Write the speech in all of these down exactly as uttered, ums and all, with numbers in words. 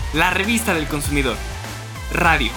la revista del consumidor. Radio.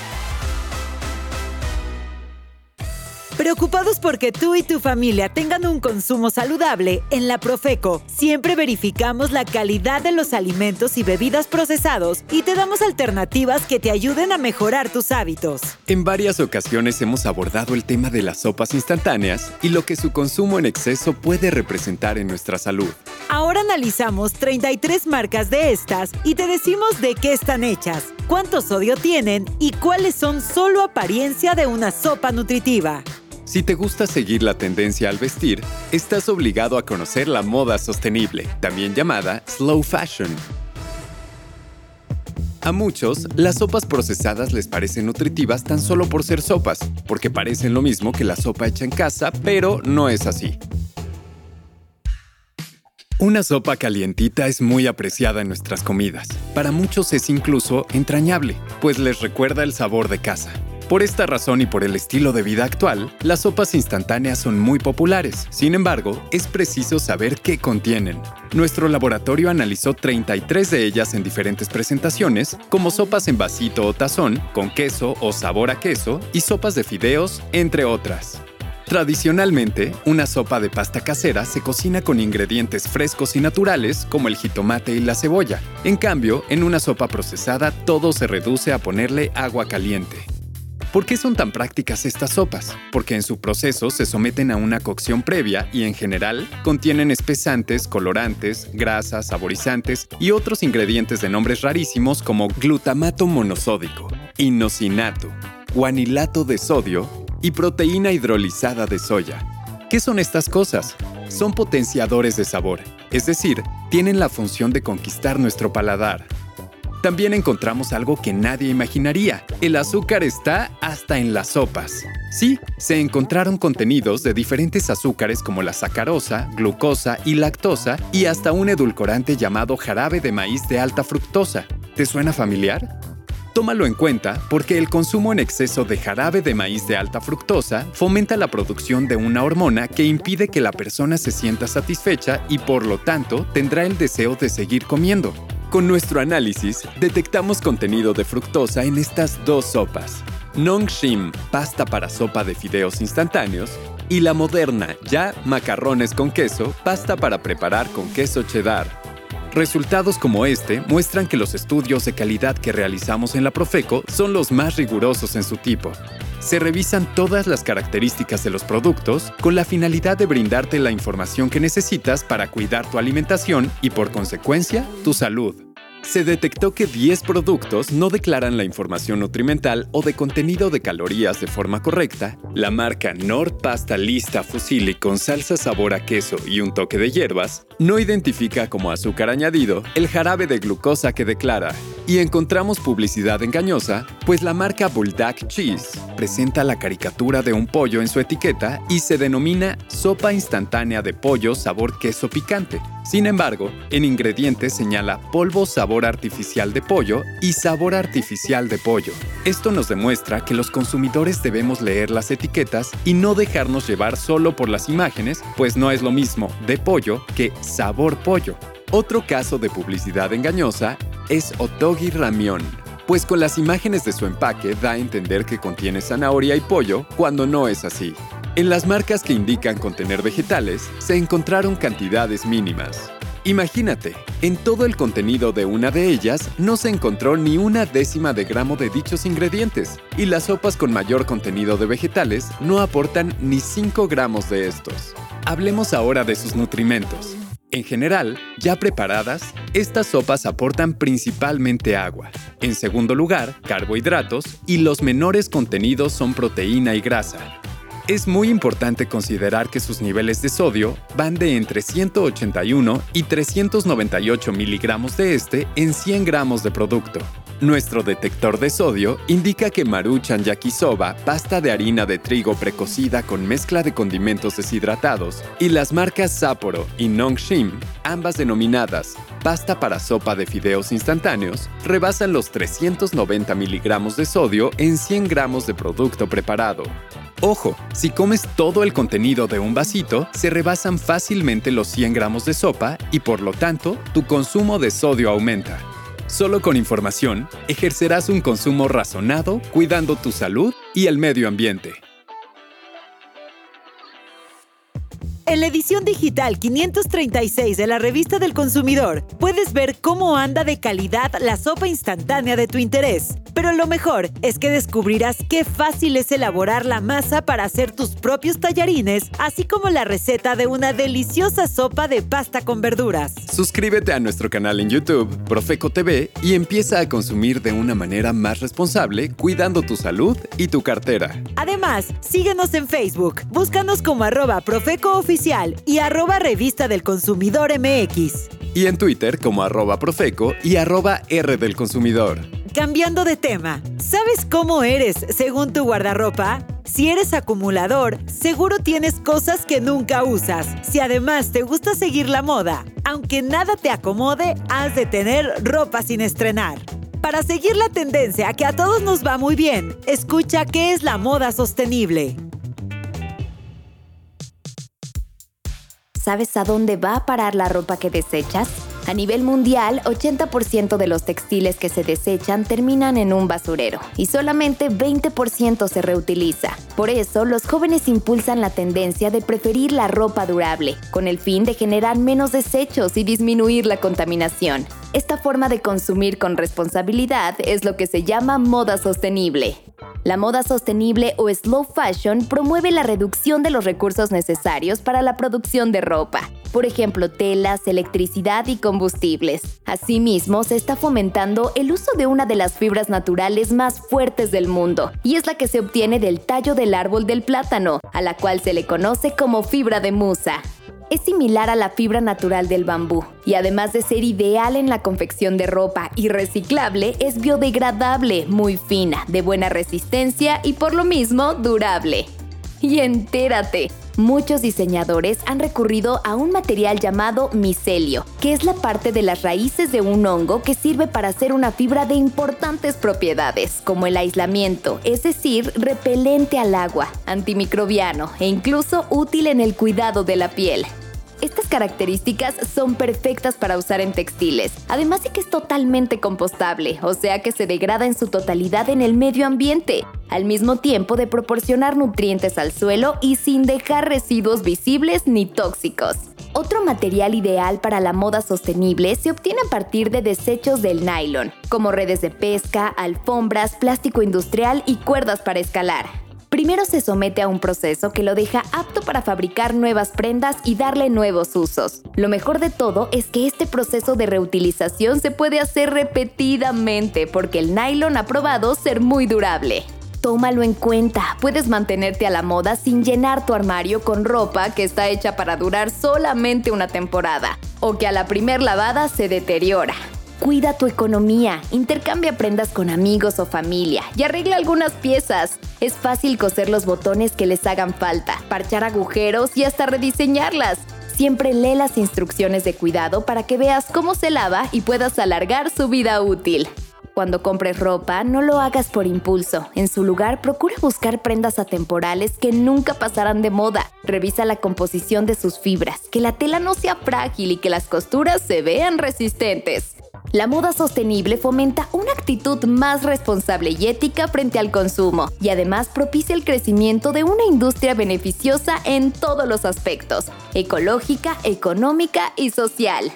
Preocupados porque tú y tu familia tengan un consumo saludable, en la Profeco siempre verificamos la calidad de los alimentos y bebidas procesados y te damos alternativas que te ayuden a mejorar tus hábitos. En varias ocasiones hemos abordado el tema de las sopas instantáneas y lo que su consumo en exceso puede representar en nuestra salud. Ahora analizamos treinta y tres marcas de estas y te decimos de qué están hechas, cuánto sodio tienen y cuáles son solo apariencia de una sopa nutritiva. Si te gusta seguir la tendencia al vestir, estás obligado a conocer la moda sostenible, también llamada slow fashion. A muchos, las sopas procesadas les parecen nutritivas tan solo por ser sopas, porque parecen lo mismo que la sopa hecha en casa, pero no es así. Una sopa calientita es muy apreciada en nuestras comidas. Para muchos es incluso entrañable, pues les recuerda el sabor de casa. Por esta razón y por el estilo de vida actual, las sopas instantáneas son muy populares. Sin embargo, es preciso saber qué contienen. Nuestro laboratorio analizó treinta y tres de ellas en diferentes presentaciones, como sopas en vasito o tazón, con queso o sabor a queso, y sopas de fideos, entre otras. Tradicionalmente, una sopa de pasta casera se cocina con ingredientes frescos y naturales como el jitomate y la cebolla. En cambio, en una sopa procesada, todo se reduce a ponerle agua caliente. ¿Por qué son tan prácticas estas sopas? Porque en su proceso se someten a una cocción previa y en general contienen espesantes, colorantes, grasas, saborizantes y otros ingredientes de nombres rarísimos como glutamato monosódico, inosinato, guanilato de sodio y proteína hidrolizada de soya. ¿Qué son estas cosas? Son potenciadores de sabor, es decir, tienen la función de conquistar nuestro paladar. También encontramos algo que nadie imaginaría. El azúcar está hasta en las sopas. Sí, se encontraron contenidos de diferentes azúcares como la sacarosa, glucosa y lactosa y hasta un edulcorante llamado jarabe de maíz de alta fructosa. ¿Te suena familiar? Tómalo en cuenta porque el consumo en exceso de jarabe de maíz de alta fructosa fomenta la producción de una hormona que impide que la persona se sienta satisfecha y por lo tanto tendrá el deseo de seguir comiendo. Con nuestro análisis, detectamos contenido de fructosa en estas dos sopas. Nongshim, pasta para sopa de fideos instantáneos, y la moderna, ya macarrones con queso, pasta para preparar con queso cheddar. Resultados como este muestran que los estudios de calidad que realizamos en la Profeco son los más rigurosos en su tipo. Se revisan todas las características de los productos con la finalidad de brindarte la información que necesitas para cuidar tu alimentación y, por consecuencia, tu salud. Se detectó que diez productos no declaran la información nutrimental o de contenido de calorías de forma correcta. La marca Nord Pasta Lista Fusilli con salsa sabor a queso y un toque de hierbas no identifica como azúcar añadido el jarabe de glucosa que declara. Y encontramos publicidad engañosa, pues la marca Bulldog Cheese presenta la caricatura de un pollo en su etiqueta y se denomina sopa instantánea de pollo sabor queso picante. Sin embargo, en ingredientes señala polvo sabor artificial de pollo y sabor artificial de pollo. Esto nos demuestra que los consumidores debemos leer las etiquetas y no dejarnos llevar solo por las imágenes, pues no es lo mismo de pollo que sabor pollo. Otro caso de publicidad engañosa es Otogi Ramyun, pues con las imágenes de su empaque da a entender que contiene zanahoria y pollo cuando no es así. En las marcas que indican contener vegetales, se encontraron cantidades mínimas. Imagínate, en todo el contenido de una de ellas no se encontró ni una décima de gramo de dichos ingredientes, y las sopas con mayor contenido de vegetales no aportan ni cinco gramos de estos. Hablemos ahora de sus nutrimentos. En general, ya preparadas, estas sopas aportan principalmente agua. En segundo lugar, carbohidratos y los menores contenidos son proteína y grasa. Es muy importante considerar que sus niveles de sodio van de entre ciento ochenta y uno y trescientos noventa y ocho miligramos de este en cien gramos de producto. Nuestro detector de sodio indica que Maruchan Yakisoba, pasta de harina de trigo precocida con mezcla de condimentos deshidratados, y las marcas Sapporo y Nongshim, ambas denominadas pasta para sopa de fideos instantáneos, rebasan los trescientos noventa miligramos de sodio en cien gramos de producto preparado. Ojo, si comes todo el contenido de un vasito, se rebasan fácilmente los cien gramos de sopa y por lo tanto, tu consumo de sodio aumenta. Solo con información, ejercerás un consumo razonado, cuidando tu salud y el medio ambiente. En la edición digital quinientos treinta y seis de la Revista del Consumidor, puedes ver cómo anda de calidad la sopa instantánea de tu interés. Pero lo mejor es que descubrirás qué fácil es elaborar la masa para hacer tus propios tallarines, así como la receta de una deliciosa sopa de pasta con verduras. Suscríbete a nuestro canal en YouTube, Profeco T V, y empieza a consumir de una manera más responsable, cuidando tu salud y tu cartera. Además, síguenos en Facebook, búscanos como arroba Profeco Oficial y arroba Revista del Consumidor M X. Y en Twitter como arroba Profeco y arroba R del Consumidor. Cambiando de tema, ¿sabes cómo eres según tu guardarropa? Si eres acumulador, seguro tienes cosas que nunca usas. Si además te gusta seguir la moda, aunque nada te acomode, has de tener ropa sin estrenar. Para seguir la tendencia que a todos nos va muy bien, escucha qué es la moda sostenible. ¿Sabes a dónde va a parar la ropa que desechas? A nivel mundial, ochenta por ciento de los textiles que se desechan terminan en un basurero y solamente veinte por ciento se reutiliza. Por eso, los jóvenes impulsan la tendencia de preferir la ropa durable, con el fin de generar menos desechos y disminuir la contaminación. Esta forma de consumir con responsabilidad es lo que se llama moda sostenible. La moda sostenible o slow fashion promueve la reducción de los recursos necesarios para la producción de ropa, por ejemplo, telas, electricidad y combustibles. Asimismo, se está fomentando el uso de una de las fibras naturales más fuertes del mundo, y es la que se obtiene del tallo del árbol del plátano, a la cual se le conoce como fibra de musa. Es similar a la fibra natural del bambú, y además de ser ideal en la confección de ropa y reciclable, es biodegradable, muy fina, de buena resistencia y por lo mismo durable. Y entérate, muchos diseñadores han recurrido a un material llamado micelio, que es la parte de las raíces de un hongo que sirve para hacer una fibra de importantes propiedades, como el aislamiento, es decir, repelente al agua, antimicrobiano e incluso útil en el cuidado de la piel. Estas características son perfectas para usar en textiles, además de que es totalmente compostable, o sea que se degrada en su totalidad en el medio ambiente, al mismo tiempo de proporcionar nutrientes al suelo y sin dejar residuos visibles ni tóxicos. Otro material ideal para la moda sostenible se obtiene a partir de desechos del nylon, como redes de pesca, alfombras, plástico industrial y cuerdas para escalar. Primero se somete a un proceso que lo deja apto para fabricar nuevas prendas y darle nuevos usos. Lo mejor de todo es que este proceso de reutilización se puede hacer repetidamente porque el nylon ha probado ser muy durable. Tómalo en cuenta, puedes mantenerte a la moda sin llenar tu armario con ropa que está hecha para durar solamente una temporada o que a la primer lavada se deteriora. Cuida tu economía, intercambia prendas con amigos o familia y arregla algunas piezas. Es fácil coser los botones que les hagan falta, parchar agujeros y hasta rediseñarlas. Siempre lee las instrucciones de cuidado para que veas cómo se lava y puedas alargar su vida útil. Cuando compres ropa, no lo hagas por impulso. En su lugar, procura buscar prendas atemporales que nunca pasarán de moda. Revisa la composición de sus fibras, que la tela no sea frágil y que las costuras se vean resistentes. La moda sostenible fomenta una actitud más responsable y ética frente al consumo y además propicia el crecimiento de una industria beneficiosa en todos los aspectos, ecológica, económica y social.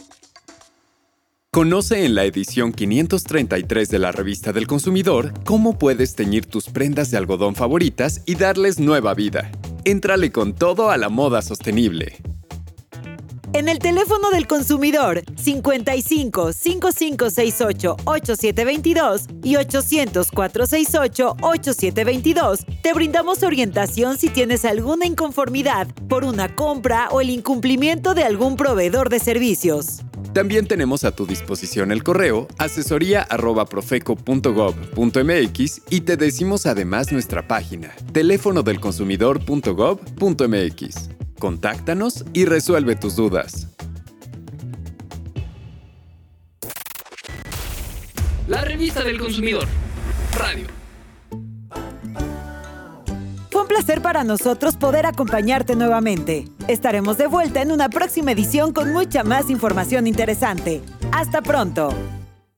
Conoce en la edición quinientos treinta y tres de la Revista del Consumidor cómo puedes teñir tus prendas de algodón favoritas y darles nueva vida. Éntrale con todo a la moda sostenible. En el teléfono del consumidor cincuenta y cinco, cinco cinco seis ocho, ocho siete dos dos y ochocientos, cuatrocientos sesenta y ocho, ochenta y siete veintidós te brindamos orientación si tienes alguna inconformidad por una compra o el incumplimiento de algún proveedor de servicios. También tenemos a tu disposición el correo asesoría arroba profeco punto gob punto mx y te decimos además nuestra página teléfono del consumidor punto gob punto mx. Contáctanos y resuelve tus dudas. La Revista del Consumidor. Radio. Fue un placer para nosotros poder acompañarte nuevamente. Estaremos de vuelta en una próxima edición con mucha más información interesante. ¡Hasta pronto!